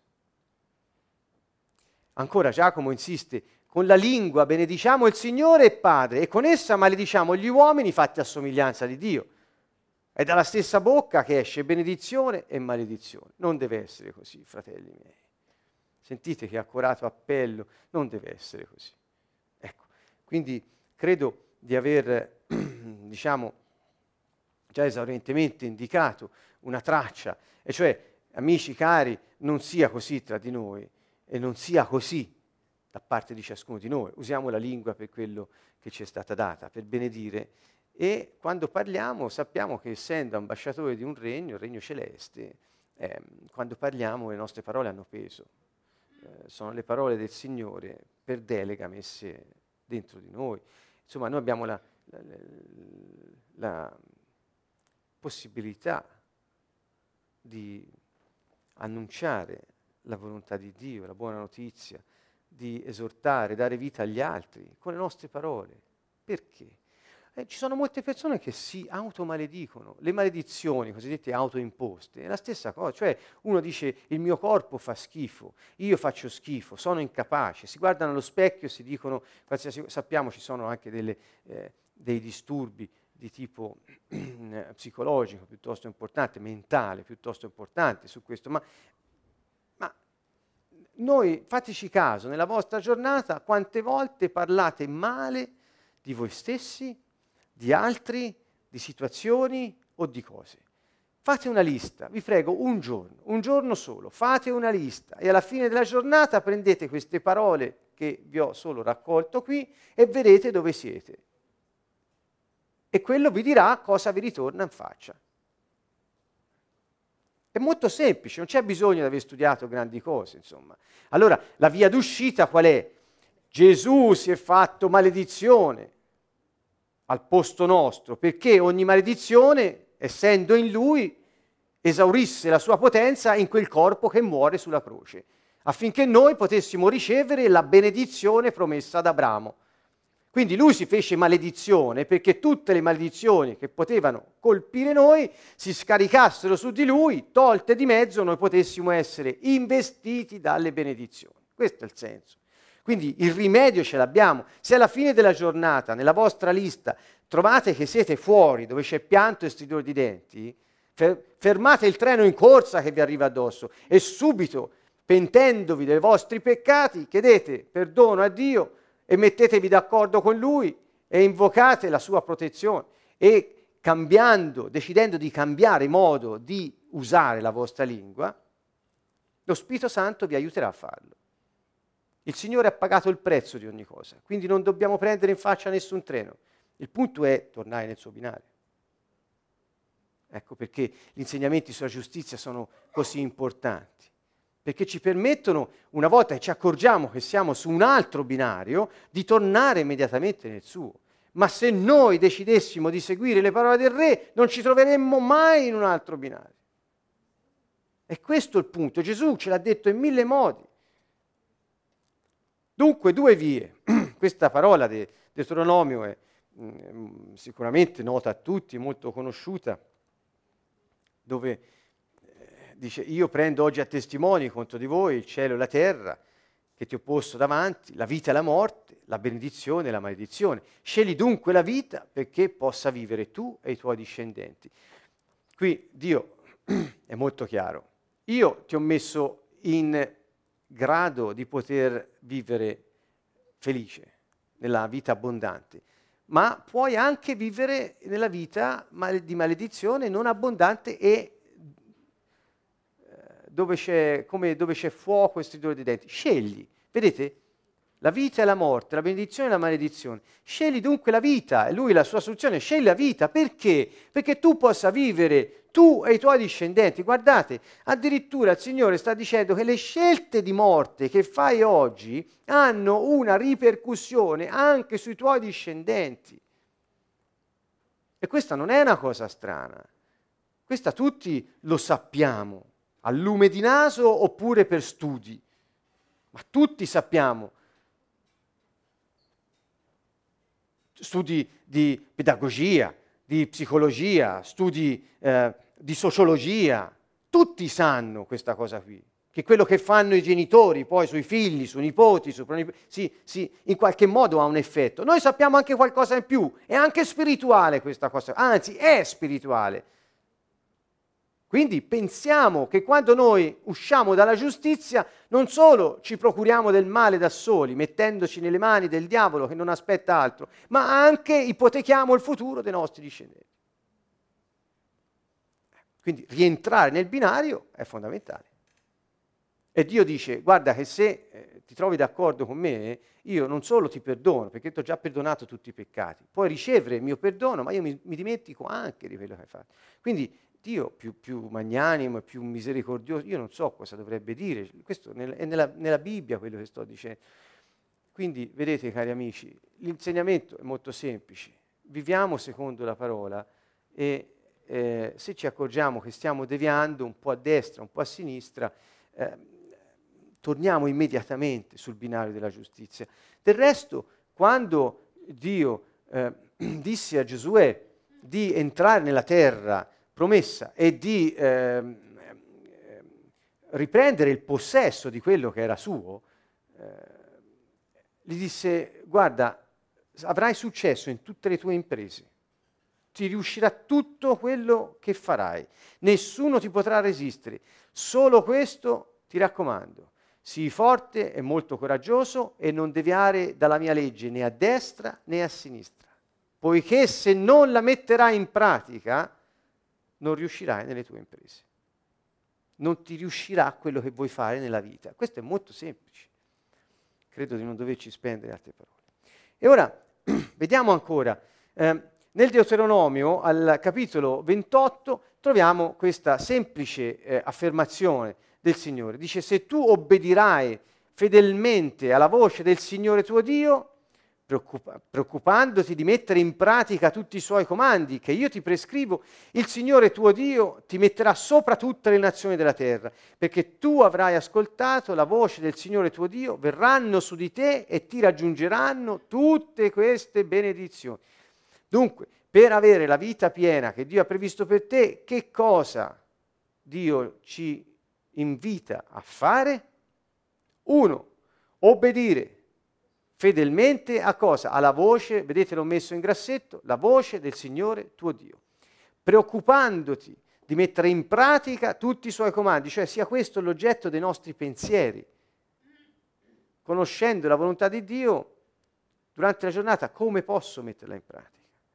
[SPEAKER 1] Ancora Giacomo insiste, con la lingua benediciamo il Signore e Padre e con essa malediciamo gli uomini fatti a somiglianza di Dio. È dalla stessa bocca che esce benedizione e maledizione. Non deve essere così, fratelli miei. Sentite che accorato appello, non deve essere così. Ecco, quindi credo di aver, diciamo, già esaurientemente indicato una traccia, e cioè, amici cari, non sia così tra di noi e non sia così da parte di ciascuno di noi. Usiamo la lingua per quello che ci è stata data, per benedire. E quando parliamo sappiamo che essendo ambasciatori di un regno, il regno celeste, eh, quando parliamo le nostre parole hanno peso. Eh, sono le parole del Signore per delega messe dentro di noi. Insomma, noi abbiamo la, la, la, la possibilità di annunciare la volontà di Dio, la buona notizia, di esortare, dare vita agli altri con le nostre parole. Perché? Eh, ci sono molte persone che si automaledicono, le maledizioni cosiddette autoimposte, è la stessa cosa, cioè uno dice il mio corpo fa schifo, io faccio schifo, sono incapace, si guardano allo specchio e si dicono, qualsiasi, sappiamo ci sono anche delle, eh, dei disturbi di tipo eh, psicologico piuttosto importante, mentale piuttosto importante su questo, ma, ma noi fateci caso, nella vostra giornata quante volte parlate male di voi stessi, di altri, di situazioni o di cose. Fate una lista, vi prego, un giorno, un giorno solo, fate una lista e alla fine della giornata prendete queste parole che vi ho solo raccolto qui e vedete dove siete. E quello vi dirà cosa vi ritorna in faccia. È molto semplice, non c'è bisogno di aver studiato grandi cose, insomma. Allora, la via d'uscita qual è? Gesù si è fatto maledizione al posto nostro, perché ogni maledizione, essendo in Lui, esaurisse la sua potenza in quel corpo che muore sulla croce, affinché noi potessimo ricevere la benedizione promessa ad Abramo. Quindi Lui si fece maledizione perché tutte le maledizioni che potevano colpire noi si scaricassero su di Lui, tolte di mezzo, noi potessimo essere investiti dalle benedizioni. Questo è il senso. Quindi il rimedio ce l'abbiamo. Se alla fine della giornata, nella vostra lista, trovate che siete fuori, dove c'è pianto e stridore di denti, fer- fermate il treno in corsa che vi arriva addosso e subito, pentendovi dei vostri peccati, chiedete perdono a Dio e mettetevi d'accordo con Lui e invocate la sua protezione. E cambiando, decidendo di cambiare modo di usare la vostra lingua, lo Spirito Santo vi aiuterà a farlo. Il Signore ha pagato il prezzo di ogni cosa, quindi non dobbiamo prendere in faccia nessun treno. Il punto è tornare nel suo binario. Ecco perché gli insegnamenti sulla giustizia sono così importanti, perché ci permettono, una volta che ci accorgiamo che siamo su un altro binario, di tornare immediatamente nel suo. Ma se noi decidessimo di seguire le parole del Re, non ci troveremmo mai in un altro binario. E questo è il punto. Gesù ce l'ha detto in mille modi. Dunque, due vie. Questa parola di Deuteronomio è mh, sicuramente nota a tutti, molto conosciuta, dove eh, dice: io prendo oggi a testimoni contro di voi il cielo e la terra, che ti ho posto davanti, la vita e la morte, la benedizione e la maledizione. Scegli dunque la vita perché possa vivere tu e i tuoi discendenti. Qui Dio è molto chiaro. Io ti ho messo in grado di poter vivere felice, nella vita abbondante, ma puoi anche vivere nella vita di maledizione non abbondante e dove c'è, come dove c'è fuoco e stridore di denti. Scegli, vedete? La vita e la morte, la benedizione e la maledizione. Scegli dunque la vita, e lui la sua soluzione, scegli la vita, perché? Perché tu possa vivere, tu e i tuoi discendenti. Guardate, addirittura il Signore sta dicendo che le scelte di morte che fai oggi hanno una ripercussione anche sui tuoi discendenti. E questa non è una cosa strana, questa tutti lo sappiamo, a lume di naso oppure per studi, ma tutti sappiamo. Studi di pedagogia, di psicologia, studi eh, di sociologia, tutti sanno questa cosa qui, che quello che fanno i genitori poi sui figli, sui nipoti, sui pronipoti, sì, sì, in qualche modo ha un effetto. Noi sappiamo anche qualcosa in più, è anche spirituale questa cosa, anzi è spirituale. Quindi pensiamo che quando noi usciamo dalla giustizia non solo ci procuriamo del male da soli, mettendoci nelle mani del diavolo che non aspetta altro, ma anche ipotechiamo il futuro dei nostri discendenti. Quindi rientrare nel binario è fondamentale. E Dio dice: guarda che se eh, ti trovi d'accordo con me, io non solo ti perdono, perché ti ho già perdonato tutti i peccati, puoi ricevere il mio perdono, ma io mi, mi dimentico anche di quello che hai fatto. Quindi Dio più, più magnanimo e più misericordioso, io non so cosa dovrebbe dire, questo è nella, nella Bibbia quello che sto dicendo. Quindi vedete, cari amici, l'insegnamento è molto semplice, viviamo secondo la parola e eh, se ci accorgiamo che stiamo deviando un po' a destra, un po' a sinistra, eh, torniamo immediatamente sul binario della giustizia. Del resto, quando Dio eh, disse a Giosuè di entrare nella terra promessa e di eh, riprendere il possesso di quello che era suo, eh, gli disse: guarda, avrai successo in tutte le tue imprese, ti riuscirà tutto quello che farai, nessuno ti potrà resistere, solo questo ti raccomando, sii forte e molto coraggioso e non deviare dalla mia legge né a destra né a sinistra, poiché se non la metterai in pratica non riuscirai nelle tue imprese. Non ti riuscirà quello che vuoi fare nella vita. Questo è molto semplice. Credo di non doverci spendere altre parole. E ora vediamo ancora. Eh, nel Deuteronomio, al capitolo ventotto, troviamo questa semplice eh, affermazione del Signore. Dice: se tu obbedirai fedelmente alla voce del Signore tuo Dio, Preoccupa- preoccupandoti di mettere in pratica tutti i suoi comandi che io ti prescrivo, il Signore tuo Dio ti metterà sopra tutte le nazioni della terra, perché tu avrai ascoltato la voce del Signore tuo Dio, verranno su di te e ti raggiungeranno tutte queste benedizioni. Dunque, per avere la vita piena che Dio ha previsto per te, che cosa Dio ci invita a fare? Uno, obbedire fedelmente a cosa? Alla voce, vedete l'ho messo in grassetto, la voce del Signore tuo Dio, preoccupandoti di mettere in pratica tutti i suoi comandi, cioè sia questo l'oggetto dei nostri pensieri. Conoscendo la volontà di Dio, durante la giornata, come posso metterla in pratica?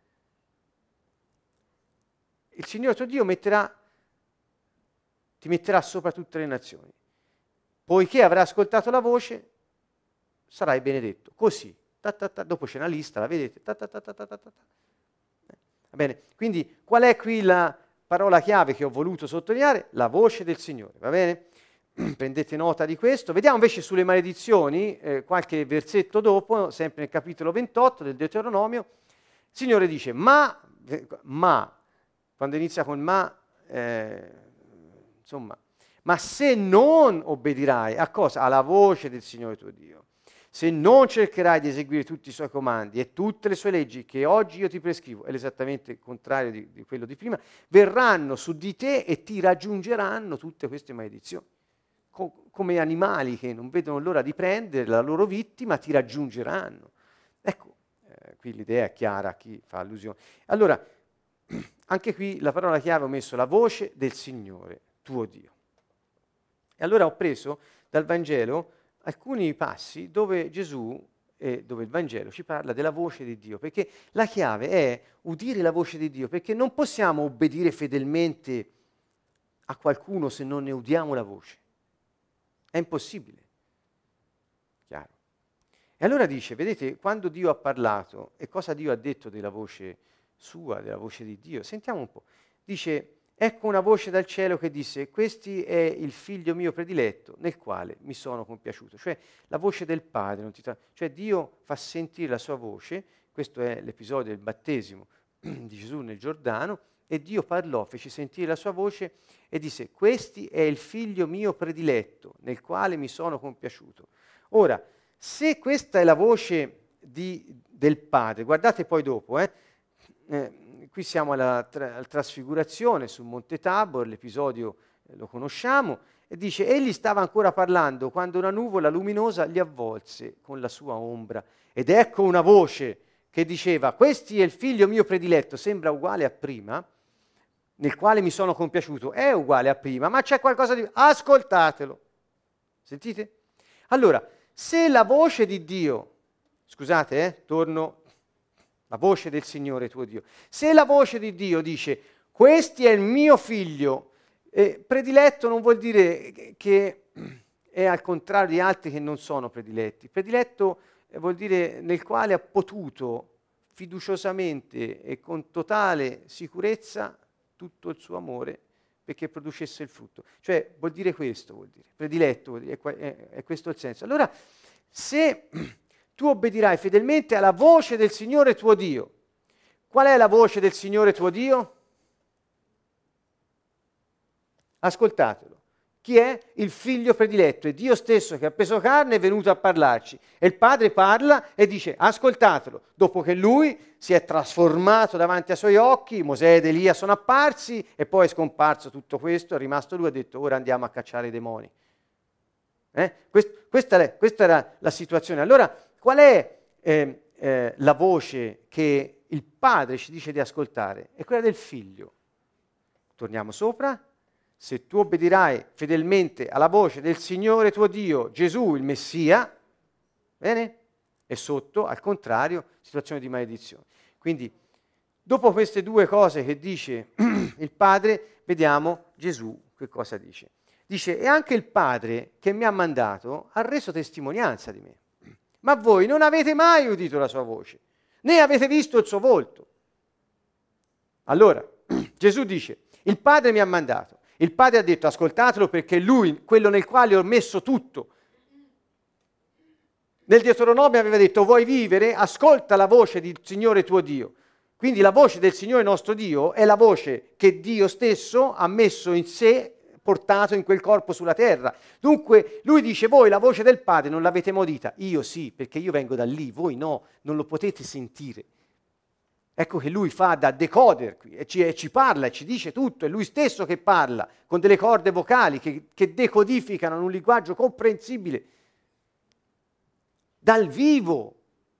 [SPEAKER 1] Il Signore tuo Dio metterà, ti metterà sopra tutte le nazioni. Poiché avrai ascoltato la voce, sarai benedetto. Così, ta ta ta, dopo c'è una lista, la vedete? Ta ta ta ta ta ta ta. Va bene? Quindi qual è qui la parola chiave che ho voluto sottolineare? La voce del Signore, va bene? Prendete nota di questo. Vediamo invece sulle maledizioni, eh, qualche versetto dopo, sempre nel capitolo ventotto del Deuteronomio, il Signore dice: ma, ma, quando inizia con ma, eh, insomma, ma se non obbedirai a cosa? Alla voce del Signore tuo Dio. se non cercherai di eseguire tutti i suoi comandi e tutte le sue leggi che oggi io ti prescrivo, è esattamente il contrario di, di quello di prima, verranno su di te e ti raggiungeranno tutte queste maledizioni. Co- come animali che non vedono l'ora di prendere la loro vittima, ti raggiungeranno. Ecco, eh, qui l'idea è chiara a chi fa allusione. Allora, anche qui la parola chiave ho messo la voce del Signore, tuo Dio. E allora ho preso dal Vangelo alcuni passi dove Gesù, e dove il Vangelo ci parla della voce di Dio, perché la chiave è udire la voce di Dio, perché non possiamo obbedire fedelmente a qualcuno se non ne udiamo la voce. È impossibile. Chiaro? E allora dice, vedete, quando Dio ha parlato e cosa Dio ha detto della voce sua, della voce di Dio, sentiamo un po'. Dice, ecco una voce dal cielo che disse, questo è il figlio mio prediletto nel quale mi sono compiaciuto. Cioè la voce del Padre, non ti tra... cioè Dio fa sentire la sua voce, questo è l'episodio del battesimo di Gesù nel Giordano, e Dio parlò, fece sentire la sua voce e disse, questo è il figlio mio prediletto nel quale mi sono compiaciuto. Ora, se questa è la voce di, del Padre, guardate poi dopo, eh, eh, qui siamo alla, tra, alla trasfigurazione sul Monte Tabor, l'episodio eh, lo conosciamo, e dice, egli stava ancora parlando quando una nuvola luminosa li avvolse con la sua ombra. Ed ecco una voce che diceva, questo è il figlio mio prediletto, sembra uguale a prima, nel quale mi sono compiaciuto, è uguale a prima, ma c'è qualcosa di... Ascoltatelo. Sentite? Allora, se la voce di Dio, scusate, eh, torno, la voce del Signore tuo Dio, se la voce di Dio dice, questo è il mio figlio, eh, prediletto non vuol dire che è al contrario di altri che non sono prediletti. Prediletto eh, vuol dire nel quale ha potuto fiduciosamente e con totale sicurezza tutto il suo amore perché producesse il frutto. Cioè vuol dire questo, vuol dire, prediletto, vuol dire, è, è, è questo il senso. Allora, se tu obbedirai fedelmente alla voce del Signore tuo Dio, qual è la voce del Signore tuo Dio? Ascoltatelo. Chi è? Il figlio prediletto, è Dio stesso che ha preso carne e è venuto a parlarci. E il padre parla e dice, ascoltatelo. Dopo che lui si è trasformato davanti ai suoi occhi, Mosè ed Elia sono apparsi e poi è scomparso tutto questo, è rimasto lui e ha detto, ora andiamo a cacciare i demoni. Eh? Quest, questa, è, questa era la situazione. Allora, qual è eh, eh, la voce che il padre ci dice di ascoltare? È quella del figlio. Torniamo sopra. Se tu obbedirai fedelmente alla voce del Signore tuo Dio, Gesù il Messia, bene? E sotto, al contrario, situazione di maledizione. Quindi, dopo queste due cose che dice il Padre, vediamo Gesù che cosa dice. Dice, e anche il Padre che mi ha mandato ha reso testimonianza di me. Ma voi non avete mai udito la sua voce, né avete visto il suo volto. Allora, Gesù dice, il Padre mi ha mandato. Il Padre ha detto, ascoltatelo perché lui, quello nel quale ho messo tutto. Nel Deuteronomio aveva detto, vuoi vivere? Ascolta la voce del Signore tuo Dio. Quindi la voce del Signore nostro Dio è la voce che Dio stesso ha messo in sé, portato in quel corpo sulla terra. Dunque lui dice, voi la voce del Padre non l'avete mai udita. Io sì, perché io vengo da lì, voi no, non lo potete sentire. Ecco che lui fa da decoder qui e ci, e ci parla e ci dice tutto, è lui stesso che parla con delle corde vocali che, che decodificano in un linguaggio comprensibile dal vivo.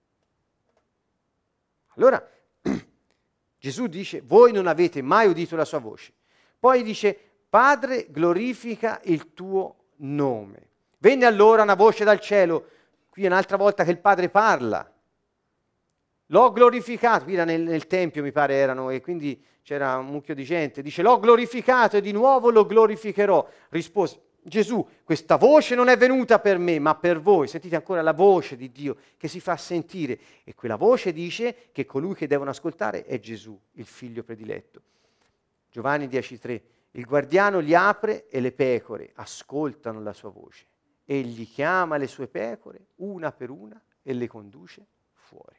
[SPEAKER 1] Allora Gesù dice, voi non avete mai udito la sua voce. Poi dice, Padre, glorifica il tuo nome. Venne allora una voce dal cielo, qui è un'altra volta che il Padre parla. L'ho glorificato, qui era nel, nel Tempio mi pare erano, e quindi c'era un mucchio di gente, dice l'ho glorificato e di nuovo lo glorificherò. Rispose Gesù, questa voce non è venuta per me, ma per voi. Sentite ancora la voce di Dio che si fa sentire, e quella voce dice che colui che devono ascoltare è Gesù, il figlio prediletto. Giovanni dieci tre, il guardiano li apre e le pecore ascoltano la sua voce. Egli chiama le sue pecore una per una e le conduce fuori.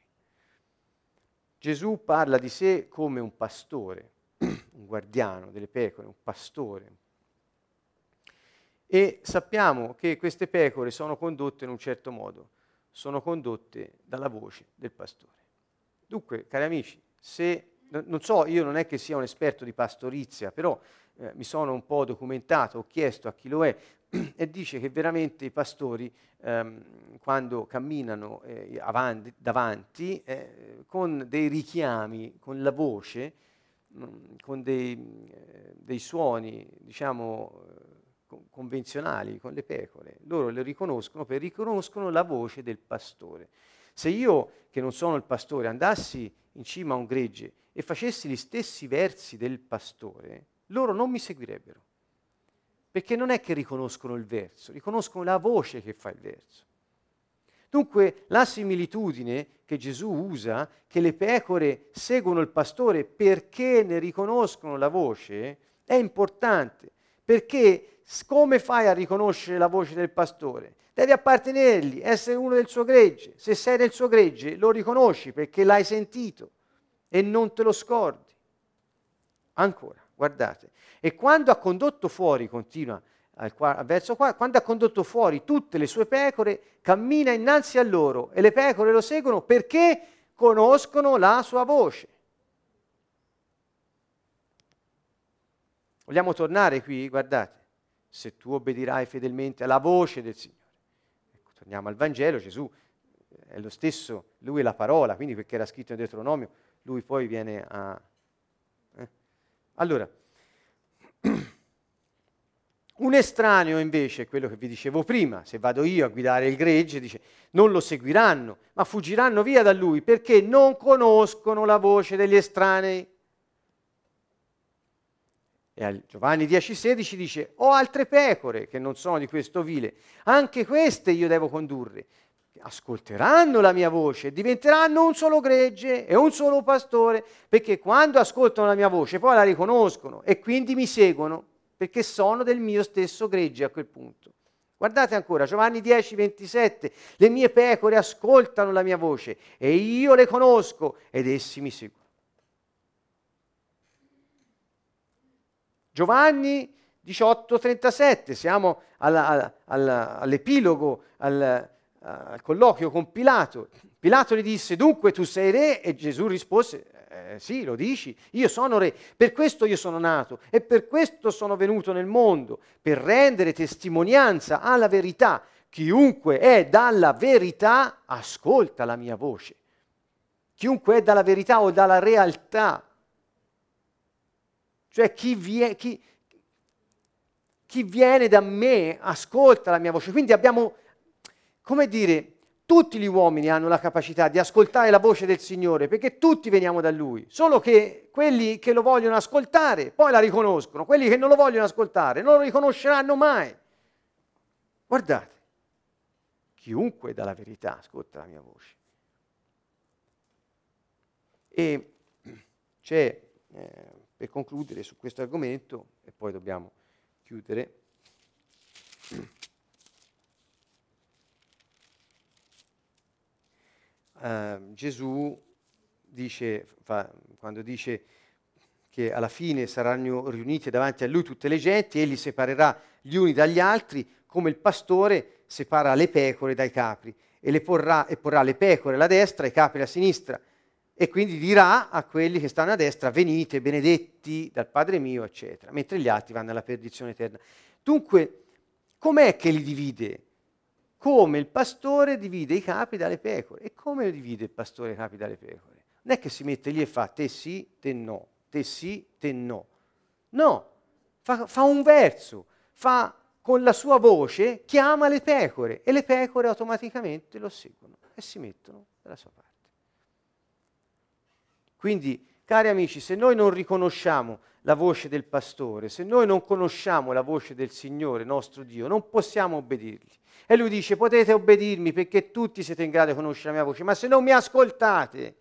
[SPEAKER 1] Gesù parla di sé come un pastore, un guardiano delle pecore, un pastore. E sappiamo che queste pecore sono condotte in un certo modo. sono condotte dalla voce del pastore. Dunque, cari amici, se non so, io non è che sia un esperto di pastorizia, però eh, mi sono un po' documentato, ho chiesto a chi lo è e dice che veramente i pastori ehm, quando camminano eh, avanti, davanti eh, con dei richiami, con la voce, mh, con dei, eh, dei suoni, diciamo, eh, convenzionali, con le pecore, loro le riconoscono perché riconoscono la voce del pastore. Se io, che non sono il pastore, andassi in cima a un gregge e facessi gli stessi versi del pastore, loro non mi seguirebbero. Perché non è che riconoscono il verso, riconoscono la voce che fa il verso. Dunque la similitudine che Gesù usa, che le pecore seguono il pastore perché ne riconoscono la voce, è importante. Perché come fai a riconoscere la voce del pastore? Devi appartenergli, essere uno del suo gregge. Se sei del suo gregge lo riconosci perché l'hai sentito e non te lo scordi. Ancora, guardate. E quando ha condotto fuori, continua al, al verso qua, quando ha condotto fuori tutte le sue pecore, cammina innanzi a loro e le pecore lo seguono perché conoscono la sua voce. Vogliamo tornare qui? Guardate. Se tu obbedirai fedelmente alla voce del Signore. Ecco, torniamo al Vangelo, Gesù è lo stesso, lui è la parola, quindi perché era scritto in Deuteronomio, lui poi viene a... Eh? Allora, un estraneo invece, quello che vi dicevo prima, se vado io a guidare il gregge, dice, non lo seguiranno, ma fuggiranno via da lui perché non conoscono la voce degli estranei. E a Giovanni dieci sedici dice, ho altre pecore che non sono di questo vile, anche queste io devo condurre. Ascolteranno la mia voce, diventeranno un solo gregge e un solo pastore, perché quando ascoltano la mia voce poi la riconoscono e quindi mi seguono, perché sono del mio stesso gregge a quel punto. Guardate ancora, Giovanni dieci ventisette, le mie pecore ascoltano la mia voce e io le conosco ed essi mi seguono. Giovanni diciotto trentasette, siamo alla, alla, alla, all'epilogo, al, al colloquio con Pilato. Pilato gli disse, dunque tu sei re? E Gesù rispose, eh, sì, lo dici, io sono re, per questo io sono nato e per questo sono venuto nel mondo, per rendere testimonianza alla verità. Chiunque è dalla verità ascolta la mia voce. Chiunque è dalla verità o dalla realtà. Cioè chi, vie, chi, chi viene da me ascolta la mia voce. Quindi abbiamo, come dire, tutti gli uomini hanno la capacità di ascoltare la voce del Signore, perché tutti veniamo da Lui. Solo che quelli che lo vogliono ascoltare poi la riconoscono, quelli che non lo vogliono ascoltare non lo riconosceranno mai. Guardate, chiunque dà la verità ascolta la mia voce. E c'è... Eh, per concludere su questo argomento, e poi dobbiamo chiudere, uh, Gesù dice, fa, quando dice che alla fine saranno riunite davanti a lui tutte le genti, egli separerà gli uni dagli altri, come il pastore separa le pecore dai capri, e, le porrà, e porrà le pecore alla destra e i capri alla sinistra. E quindi dirà a quelli che stanno a destra, venite benedetti dal Padre mio, eccetera, mentre gli altri vanno alla perdizione eterna. Dunque, com'è che li divide? Come il pastore divide i capi dalle pecore. E come divide il pastore i capi dalle pecore? Non è che si mette lì e fa te sì, te no, te sì, te no. No, fa, fa un verso, fa con la sua voce, chiama le pecore e le pecore automaticamente lo seguono e si mettono dalla sua parte. Quindi, cari amici, se noi non riconosciamo la voce del pastore, se noi non conosciamo la voce del Signore, nostro Dio, non possiamo obbedirgli. E lui dice, potete obbedirmi perché tutti siete in grado di conoscere la mia voce, ma se non mi ascoltate,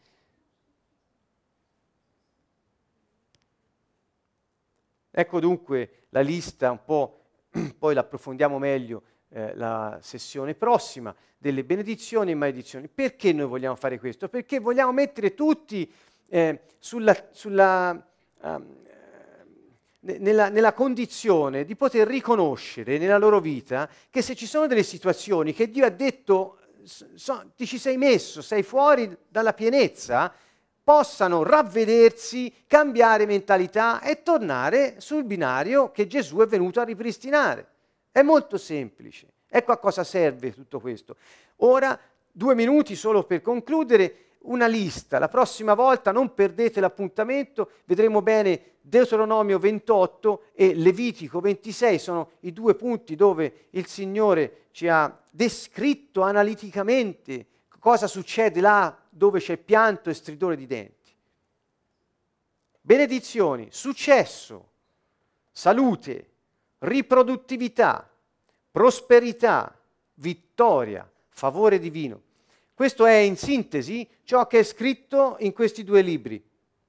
[SPEAKER 1] ecco dunque la lista, un po', poi l'approfondiamo meglio eh, la sessione prossima, delle benedizioni e maledizioni. Perché noi vogliamo fare questo? Perché vogliamo mettere tutti Eh, sulla, sulla, um, nella, nella condizione di poter riconoscere nella loro vita che se ci sono delle situazioni che Dio ha detto so, ti ci sei messo, sei fuori dalla pienezza, possano ravvedersi, cambiare mentalità e tornare sul binario che Gesù è venuto a ripristinare. È molto semplice. Ecco a cosa serve tutto questo. Ora, due minuti solo per concludere, una lista. La prossima volta non perdete l'appuntamento, vedremo bene Deuteronomio ventotto e Levitico ventisei, sono i due punti dove il Signore ci ha descritto analiticamente cosa succede là dove c'è pianto e stridore di denti. Benedizioni, successo, salute, riproduttività, prosperità, vittoria, favore divino. Questo è in sintesi ciò che è scritto in questi due libri.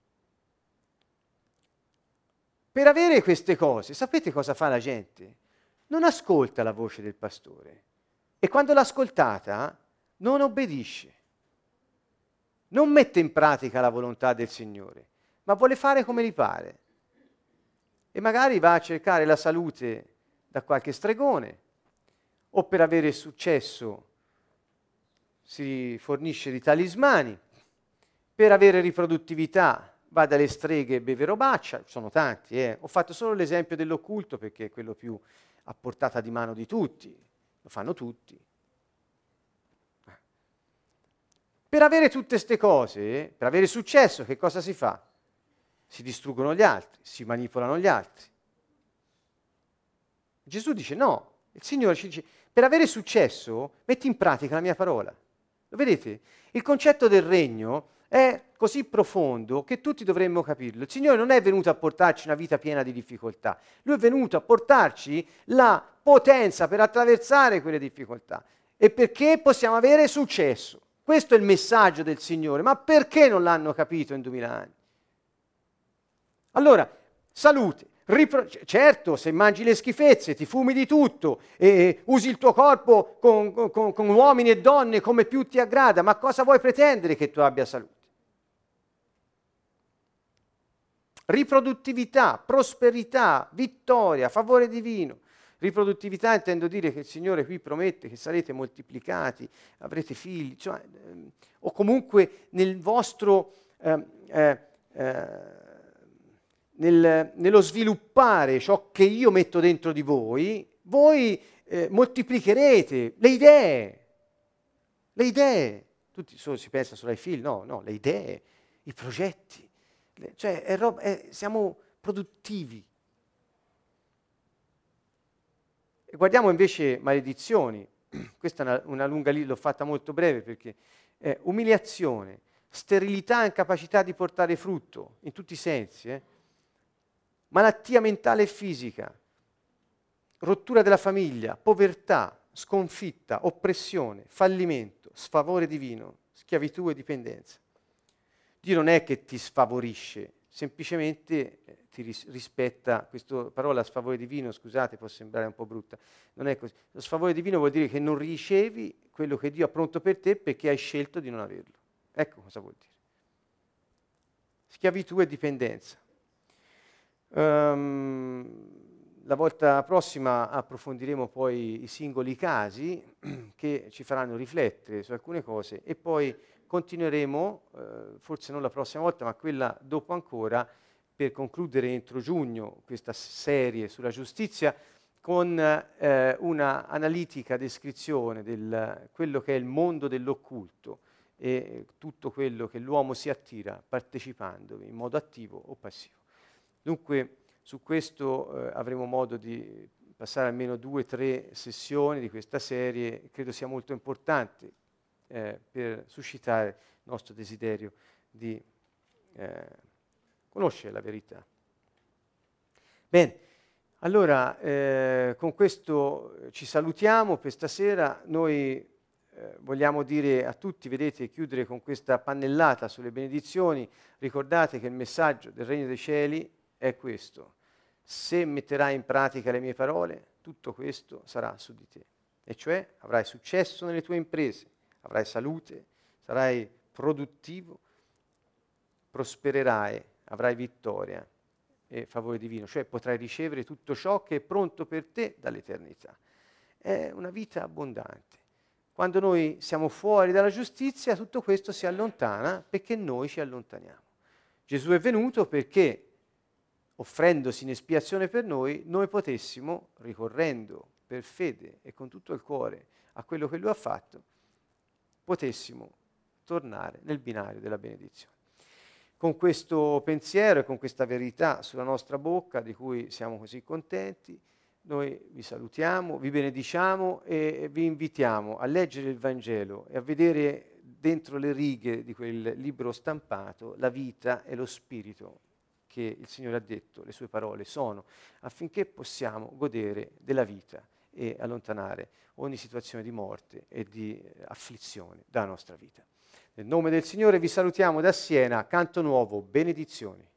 [SPEAKER 1] Per avere queste cose, sapete cosa fa la gente? Non ascolta la voce del pastore e quando l'ha ascoltata non obbedisce, non mette in pratica la volontà del Signore, ma vuole fare come gli pare. E magari va a cercare la salute da qualche stregone, o per avere successo si fornisce di talismani, per avere riproduttività va dalle streghe e beve robaccia, sono tanti, eh. Ho fatto solo l'esempio dell'occulto perché è quello più a portata di mano di tutti, lo fanno tutti. Per avere tutte queste cose, per avere successo, che cosa si fa? Si distruggono gli altri, si manipolano gli altri. Gesù dice no, il Signore ci dice, per avere successo metti in pratica la mia parola. Lo vedete? Il concetto del regno è così profondo che tutti dovremmo capirlo. Il Signore non è venuto a portarci una vita piena di difficoltà, Lui è venuto a portarci la potenza per attraversare quelle difficoltà e perché possiamo avere successo. Questo è il messaggio del Signore, ma perché non l'hanno capito in duemila anni? Allora, salute. Ripro- certo, se mangi le schifezze, ti fumi di tutto, e usi il tuo corpo con, con, con uomini e donne come più ti aggrada, ma cosa vuoi pretendere che tu abbia salute? Riproduttività, prosperità, vittoria, favore divino. Riproduttività intendo dire che il Signore qui promette che sarete moltiplicati, avrete figli, cioè, ehm, o comunque nel vostro... Eh, eh, eh, Nel, nello sviluppare ciò che io metto dentro di voi, voi eh, moltiplicherete le idee, le idee. Tutti solo si pensa solo ai figli, no, no, le idee, i progetti, le, cioè è roba, è, siamo produttivi. E guardiamo invece maledizioni, questa è una, una lunga lista, l'ho fatta molto breve perché è umiliazione, sterilità e incapacità di portare frutto, in tutti i sensi, eh. Malattia mentale e fisica, rottura della famiglia, povertà, sconfitta, oppressione, fallimento, sfavore divino, schiavitù e dipendenza. Dio non è che ti sfavorisce, semplicemente eh, ti ris- rispetta, questa parola sfavore divino, scusate, può sembrare un po' brutta, non è così. Lo sfavore divino vuol dire che non ricevi quello che Dio ha pronto per te perché hai scelto di non averlo. Ecco cosa vuol dire. Schiavitù e dipendenza. Um, la volta prossima approfondiremo poi i singoli casi che ci faranno riflettere su alcune cose e poi continueremo, eh, forse non la prossima volta, ma quella dopo ancora, per concludere entro giugno questa serie sulla giustizia con eh, una analitica descrizione di quello che è il mondo dell'occulto e tutto quello che l'uomo si attira partecipandovi in modo attivo o passivo. Dunque su questo eh, avremo modo di passare almeno due o tre sessioni di questa serie, credo sia molto importante eh, per suscitare il nostro desiderio di eh, conoscere la verità. Bene, allora eh, con questo ci salutiamo per stasera, noi eh, vogliamo dire a tutti, vedete, chiudere con questa pannellata sulle benedizioni, ricordate che il messaggio del Regno dei Cieli è questo: se metterai in pratica le mie parole, tutto questo sarà su di te. E cioè avrai successo nelle tue imprese, avrai salute, sarai produttivo, prospererai, avrai vittoria e favore divino, cioè potrai ricevere tutto ciò che è pronto per te dall'eternità. È una vita abbondante. Quando noi siamo fuori dalla giustizia, tutto questo si allontana perché noi ci allontaniamo. Gesù è venuto perché, offrendosi in espiazione per noi, noi potessimo, ricorrendo per fede e con tutto il cuore a quello che Lui ha fatto, potessimo tornare nel binario della benedizione. Con questo pensiero e con questa verità sulla nostra bocca, di cui siamo così contenti, noi vi salutiamo, vi benediciamo e vi invitiamo a leggere il Vangelo e a vedere dentro le righe di quel libro stampato la vita e lo spirito che il Signore ha detto, le sue parole sono, affinché possiamo godere della vita e allontanare ogni situazione di morte e di eh, afflizione dalla nostra vita. Nel nome del Signore vi salutiamo da Siena, Canto Nuovo, benedizioni.